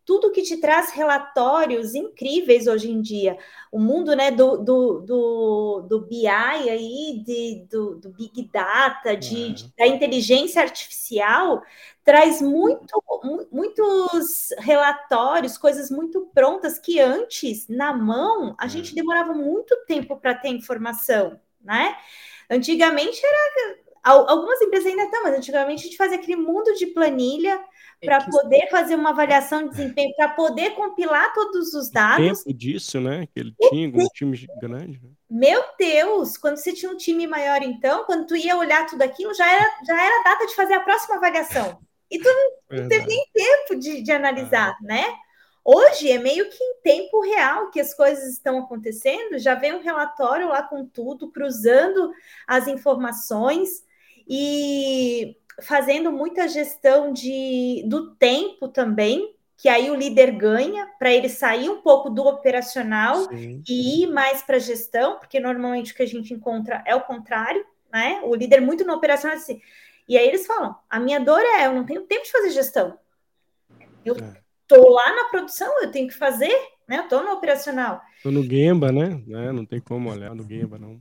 tudo que te traz relatórios incríveis hoje em dia. O mundo, né, do BI aí, do Big Data, da inteligência artificial, traz muitos relatórios, coisas muito prontas que antes, na mão, a gente demorava muito tempo para ter informação, né? Antigamente algumas empresas ainda estão, mas antigamente a gente fazia aquele mundo de planilha para poder fazer uma avaliação de desempenho, para poder compilar todos os dados. O tempo disso, né? Que ele tinha um time grande. Né? Meu Deus, quando você tinha um time maior, então, quando tu ia olhar tudo aquilo, já era a data de fazer a próxima avaliação. E tu não teve nem tempo de analisar, né? Hoje é meio que em tempo real que as coisas estão acontecendo, já vem um relatório lá com tudo, cruzando as informações e fazendo muita gestão do tempo também, que aí o líder ganha, para ele sair um pouco do operacional e ir mais para a gestão, porque normalmente o que a gente encontra é o contrário, né? O líder muito no operacional assim. E aí eles falam, a minha dor eu não tenho tempo de fazer gestão. Eu tô lá na produção, eu tenho que fazer, né? Eu tô no operacional. Tô no Gemba, né? Não tem como olhar no Gemba, não.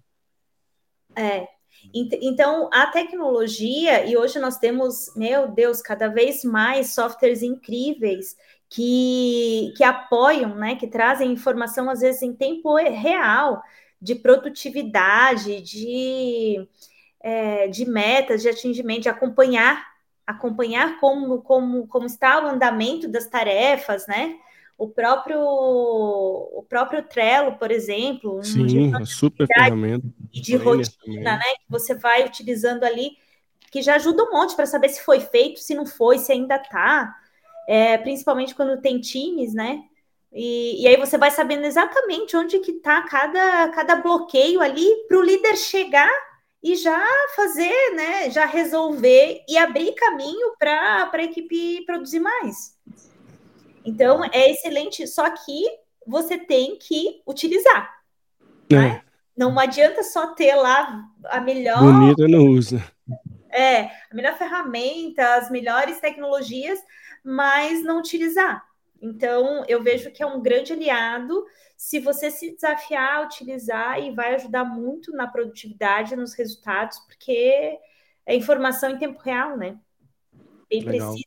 Então, a tecnologia, e hoje nós temos, meu Deus, cada vez mais softwares incríveis que apoiam, né, que trazem informação, às vezes, em tempo real, de produtividade, de metas, de atingimento, de acompanhar como está o andamento das tarefas, né? O próprio Trello, por exemplo, Sim, super ferramenta. E de rotina, né? Que você vai utilizando ali, que já ajuda um monte para saber se foi feito, se não foi, se ainda está. Principalmente quando tem times, né? E aí você vai sabendo exatamente onde que está cada bloqueio ali para o líder chegar e já fazer, né? Já resolver e abrir caminho para a equipe produzir mais. Então, é excelente, só que você tem que utilizar, né? Não adianta só ter lá a melhor... Bonita não usa. A melhor ferramenta, as melhores tecnologias, mas não utilizar. Então, eu vejo que é um grande aliado se você se desafiar a utilizar e vai ajudar muito na produtividade, nos resultados, porque é informação em tempo real, né? Bem precisa.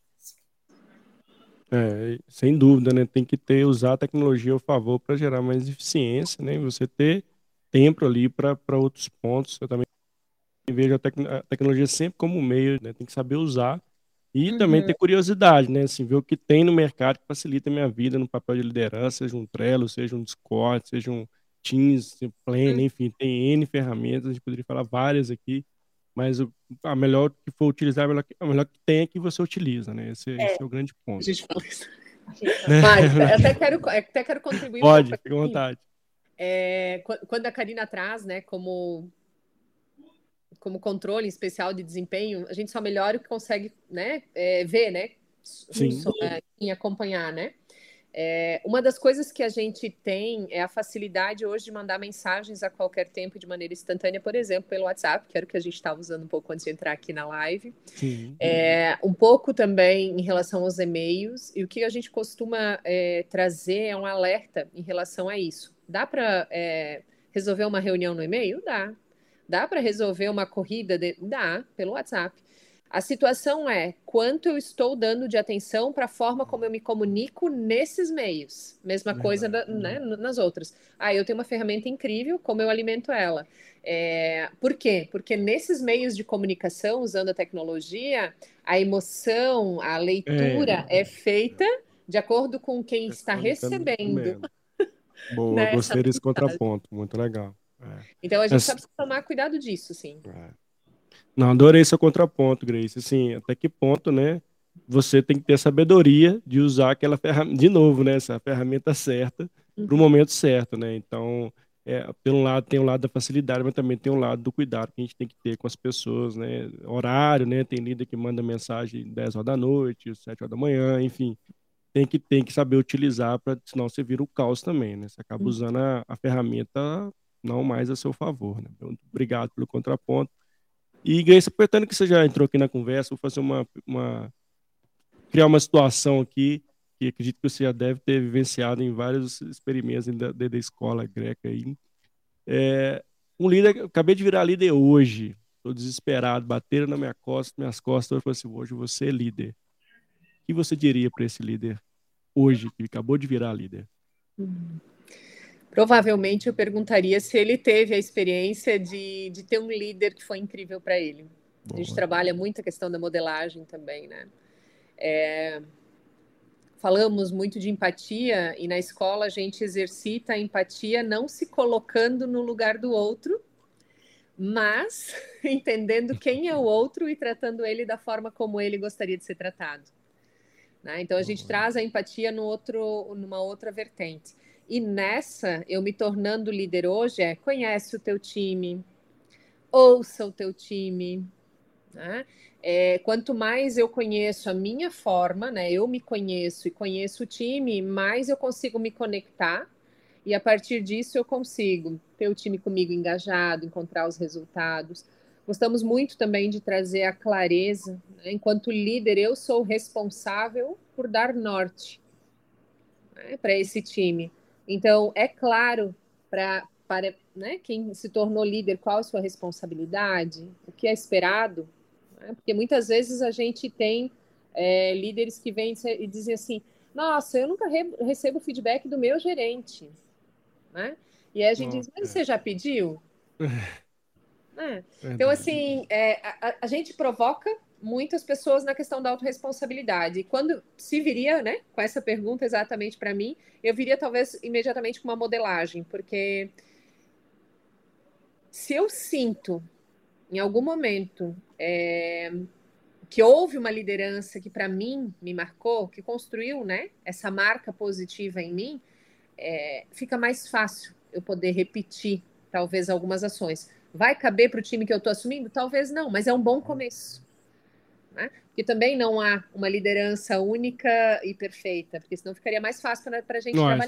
Sem dúvida, né? Tem que usar a tecnologia ao favor para gerar mais eficiência, né? Você ter tempo ali para outros pontos. Eu também vejo a tecnologia sempre como meio, né? Tem que saber usar e também ter curiosidade, né? Assim, ver o que tem no mercado que facilita a minha vida no papel de liderança, seja um Trello, seja um Discord, seja um Teams, Planner, enfim, tem N ferramentas, a gente poderia falar várias aqui, mas a melhor que for utilizar, a melhor que tem é que você utiliza, né? Esse é o grande ponto. A gente fala isso. Mário, até quero contribuir Pode, um pouco. fica à vontade. Quando a Karina traz, né, como controle especial de desempenho, a gente só melhora o que consegue, né, ver, né, em acompanhar, né. Uma das coisas que a gente tem é a facilidade hoje de mandar mensagens a qualquer tempo de maneira instantânea, por exemplo, pelo WhatsApp, que era o que a gente estava usando um pouco antes de entrar aqui na live. Um pouco também em relação aos e-mails, e o que a gente costuma trazer é um alerta em relação a isso. Dá para resolver uma reunião no e-mail? Dá. Dá para resolver uma corrida? Dá, pelo WhatsApp. A situação é quanto eu estou dando de atenção para a forma como eu me comunico nesses meios. Mesma coisa né, nas outras. Eu tenho uma ferramenta incrível, como eu alimento ela. Por quê? Porque nesses meios de comunicação, usando a tecnologia, a emoção, a leitura é feita de acordo com quem está recebendo. Boa, gostei desse contraponto, muito legal. Então a gente só precisa tomar cuidado disso, sim. Não, adorei seu contraponto, Grace. Assim, até que ponto, né? Você tem que ter a sabedoria de usar aquela ferramenta, de novo, né? Essa ferramenta certa para o momento certo, né? Então, pelo lado, tem o lado da facilidade, mas também tem o lado do cuidado que a gente tem que ter com as pessoas, né? Horário, né? Tem líder que manda mensagem 10 horas da noite, 7 horas da manhã, enfim. Tem que saber utilizar, senão você vira o caos também, né? Você acaba usando a ferramenta não mais a seu favor, né? Então, obrigado pelo contraponto. E, Grace, aproveitando que você já entrou aqui na conversa, vou fazer criar uma situação aqui que acredito que você já deve ter vivenciado em vários experimentos dentro da escola greca aí. Um líder, eu acabei de virar líder hoje, estou desesperado, bateram na minhas costas, eu falei assim, hoje você é líder. O que você diria para esse líder hoje, que acabou de virar líder? Provavelmente eu perguntaria se ele teve a experiência de ter um líder que foi incrível para ele. Boa. A gente trabalha muito a questão da modelagem também, né? Falamos muito de empatia e na escola a gente exercita a empatia não se colocando no lugar do outro, mas entendendo quem é o outro e tratando ele da forma como ele gostaria de ser tratado. Né? Então a gente traz a empatia numa outra vertente. E nessa, eu me tornando líder hoje, conhece o teu time, ouça o teu time. Né? Quanto mais eu conheço a minha forma, né, eu me conheço e conheço o time, mais eu consigo me conectar e a partir disso eu consigo ter o time comigo engajado, encontrar os resultados. Gostamos muito também de trazer a clareza. Né? Enquanto líder, eu sou responsável por dar norte, né, para esse time. Então, é claro para né, quem se tornou líder qual a sua responsabilidade, o que é esperado, né? Porque muitas vezes a gente tem líderes que vêm e dizem assim, nossa, eu nunca recebo feedback do meu gerente. Né? E aí a gente diz, mas você já pediu? Então, assim, a gente provoca muitas pessoas na questão da autorresponsabilidade. E quando se viria, né, com essa pergunta exatamente para mim, eu viria talvez imediatamente com uma modelagem, porque se eu sinto em algum momento que houve uma liderança que para mim me marcou, que construiu, né, essa marca positiva em mim, fica mais fácil eu poder repetir talvez algumas ações. Vai caber para o time que eu estou assumindo? Talvez não, mas é um bom começo. Né? Porque também não há uma liderança única e perfeita, porque senão ficaria mais fácil para a gente trabalhar.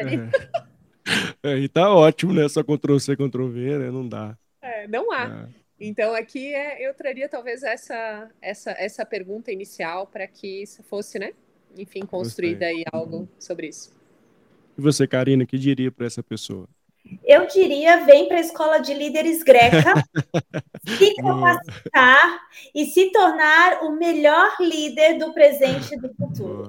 E tá ótimo, né? Só Ctrl+C, Ctrl+V, né? Não dá. Não há. Então, aqui eu traria talvez essa pergunta inicial para que fosse, né? Enfim, construída aí algo sobre isso. E você, Karina, o que diria para essa pessoa? Eu diria, vem para a escola de líderes greca, se capacitar e se tornar o melhor líder do presente e do futuro.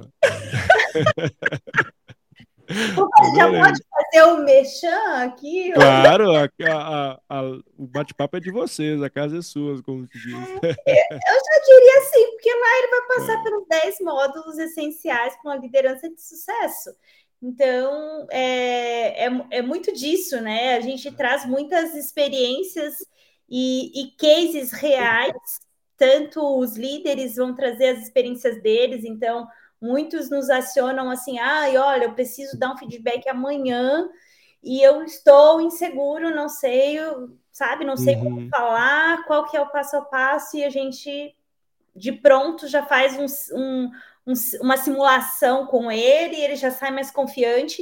Já pode fazer o merchan aqui? Claro, o bate-papo é de vocês, a casa é sua, como se diz. Eu já diria sim, porque lá ele vai passar pelos 10 módulos essenciais para uma liderança de sucesso. Então, é muito disso, né? A gente traz muitas experiências e cases reais, tanto os líderes vão trazer as experiências deles, então muitos nos acionam assim, olha, eu preciso dar um feedback amanhã e eu estou inseguro, não sei, sabe, não sei como falar, qual que é o passo a passo, e a gente de pronto já faz uma simulação com ele já sai mais confiante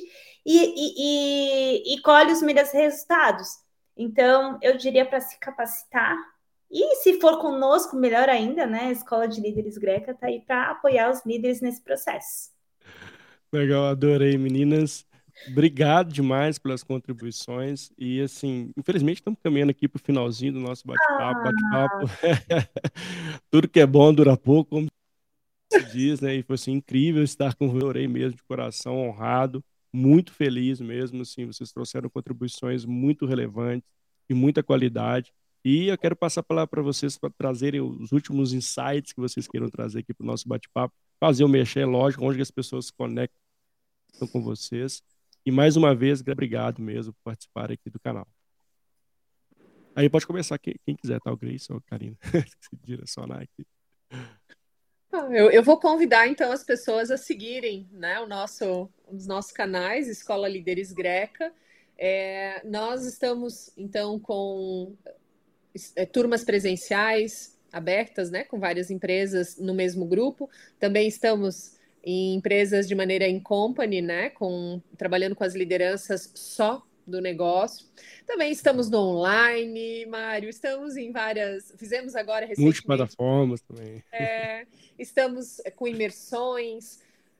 e colhe os melhores resultados. Então, eu diria para se capacitar, e se for conosco, melhor ainda, né? A Escola de Líderes Greca está aí para apoiar os líderes nesse processo. Legal, adorei, meninas. Obrigado demais pelas contribuições. E, assim, infelizmente estamos caminhando aqui para o finalzinho do nosso bate-papo. Tudo que é bom dura pouco, como se diz, né? E foi assim, incrível estar com você. Adorei mesmo, de coração, honrado, muito feliz mesmo. Assim, vocês trouxeram contribuições muito relevantes e muita qualidade. E eu quero passar a palavra para vocês para trazerem os últimos insights que vocês queiram trazer aqui para o nosso bate-papo. Fazer o mexer, lógico, onde as pessoas se conectam com vocês. E mais uma vez, obrigado mesmo por participar aqui do canal. Aí pode começar quem quiser, tá? O Grace ou a Karina? Se direcionar aqui. Eu vou convidar, então, as pessoas a seguirem, né, os nossos canais, Escola Líderes Greca. Nós estamos, então, com turmas presenciais abertas, né, com várias empresas no mesmo grupo. Também estamos em empresas de maneira in company, né, trabalhando com as lideranças só do negócio. Também estamos no online, Mário, estamos em fizemos agora recentemente. Multiplataformas também. Estamos com imersões.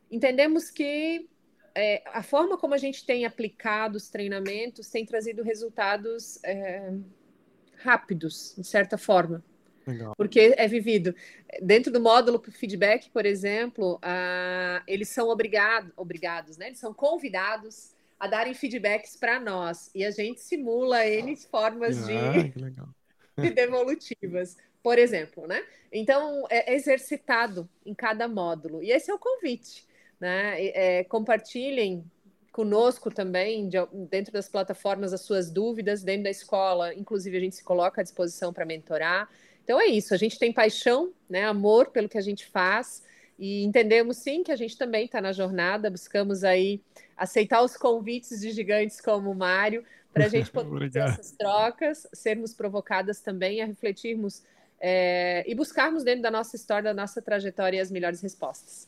entendemos que a forma como a gente tem aplicado os treinamentos tem trazido resultados rápidos, de certa forma. Legal. Porque é vivido. Dentro do módulo feedback, por exemplo, eles são obrigados, né? Eles são convidados a darem feedbacks para nós. E a gente simula N formas Que legal. de devolutivas, por exemplo, né? Então, é exercitado em cada módulo. E esse é o convite, né? Compartilhem conosco também, dentro das plataformas, as suas dúvidas, dentro da escola, inclusive a gente se coloca à disposição para mentorar. Então é isso, a gente tem paixão, né, amor pelo que a gente faz e entendemos sim que a gente também está na jornada, buscamos aí aceitar os convites de gigantes como o Mário, para a gente poder fazer essas trocas, sermos provocadas também a refletirmos e buscarmos dentro da nossa história, da nossa trajetória as melhores respostas.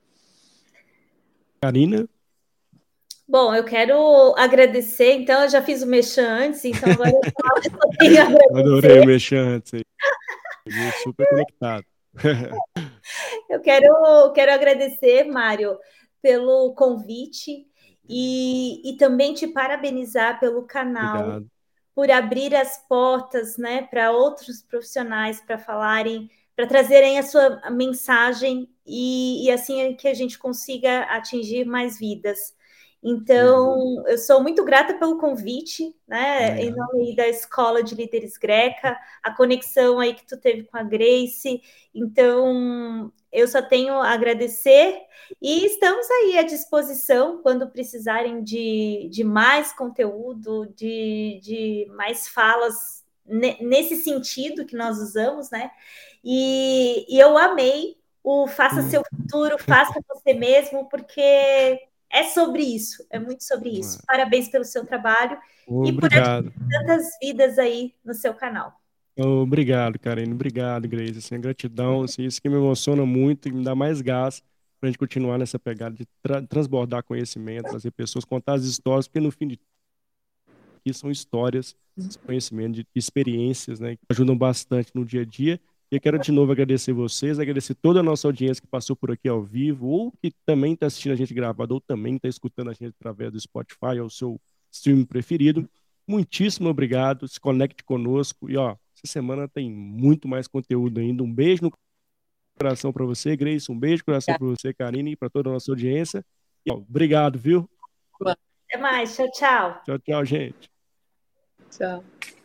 Karina? Bom, eu quero agradecer, então eu já fiz o merchan antes, então agora eu só tenho a agradecer. Adorei o merchan antes aí. Super conectado. Eu quero agradecer, Mário, pelo convite e também te parabenizar pelo canal. Obrigado. Por abrir as portas, né, para outros profissionais para falarem, para trazerem a sua mensagem e assim é que a gente consiga atingir mais vidas. Então, eu sou muito grata pelo convite, né, em nome da Escola de Líderes Greca, a conexão aí que tu teve com a Grace. Então, eu só tenho a agradecer e estamos aí à disposição quando precisarem de mais conteúdo, de mais falas nesse sentido que nós usamos, né? E eu amei o Faça Seu Futuro, Faça Você Mesmo, porque é sobre isso, é muito sobre isso. Parabéns pelo seu trabalho e por atingir tantas vidas aí no seu canal. Obrigado, Karine. Obrigado, Grace. Assim, a gratidão, assim, isso que me emociona muito e me dá mais gás para a gente continuar nessa pegada de transbordar conhecimento, trazer pessoas, contar as histórias, porque no fim de tudo são histórias, conhecimento, de experiências, né, que ajudam bastante no dia a dia. E eu quero de novo agradecer vocês, agradecer toda a nossa audiência que passou por aqui ao vivo, ou que também está assistindo a gente gravado, ou também está escutando a gente através do Spotify, ou o seu streaming preferido. Muitíssimo obrigado, se conecte conosco e essa semana tem muito mais conteúdo ainda. Um beijo no coração para você, Grace, um beijo no coração para você, Karine, e para toda a nossa audiência. E, obrigado, viu? Até mais, tchau, tchau. Tchau, tchau, gente. Tchau.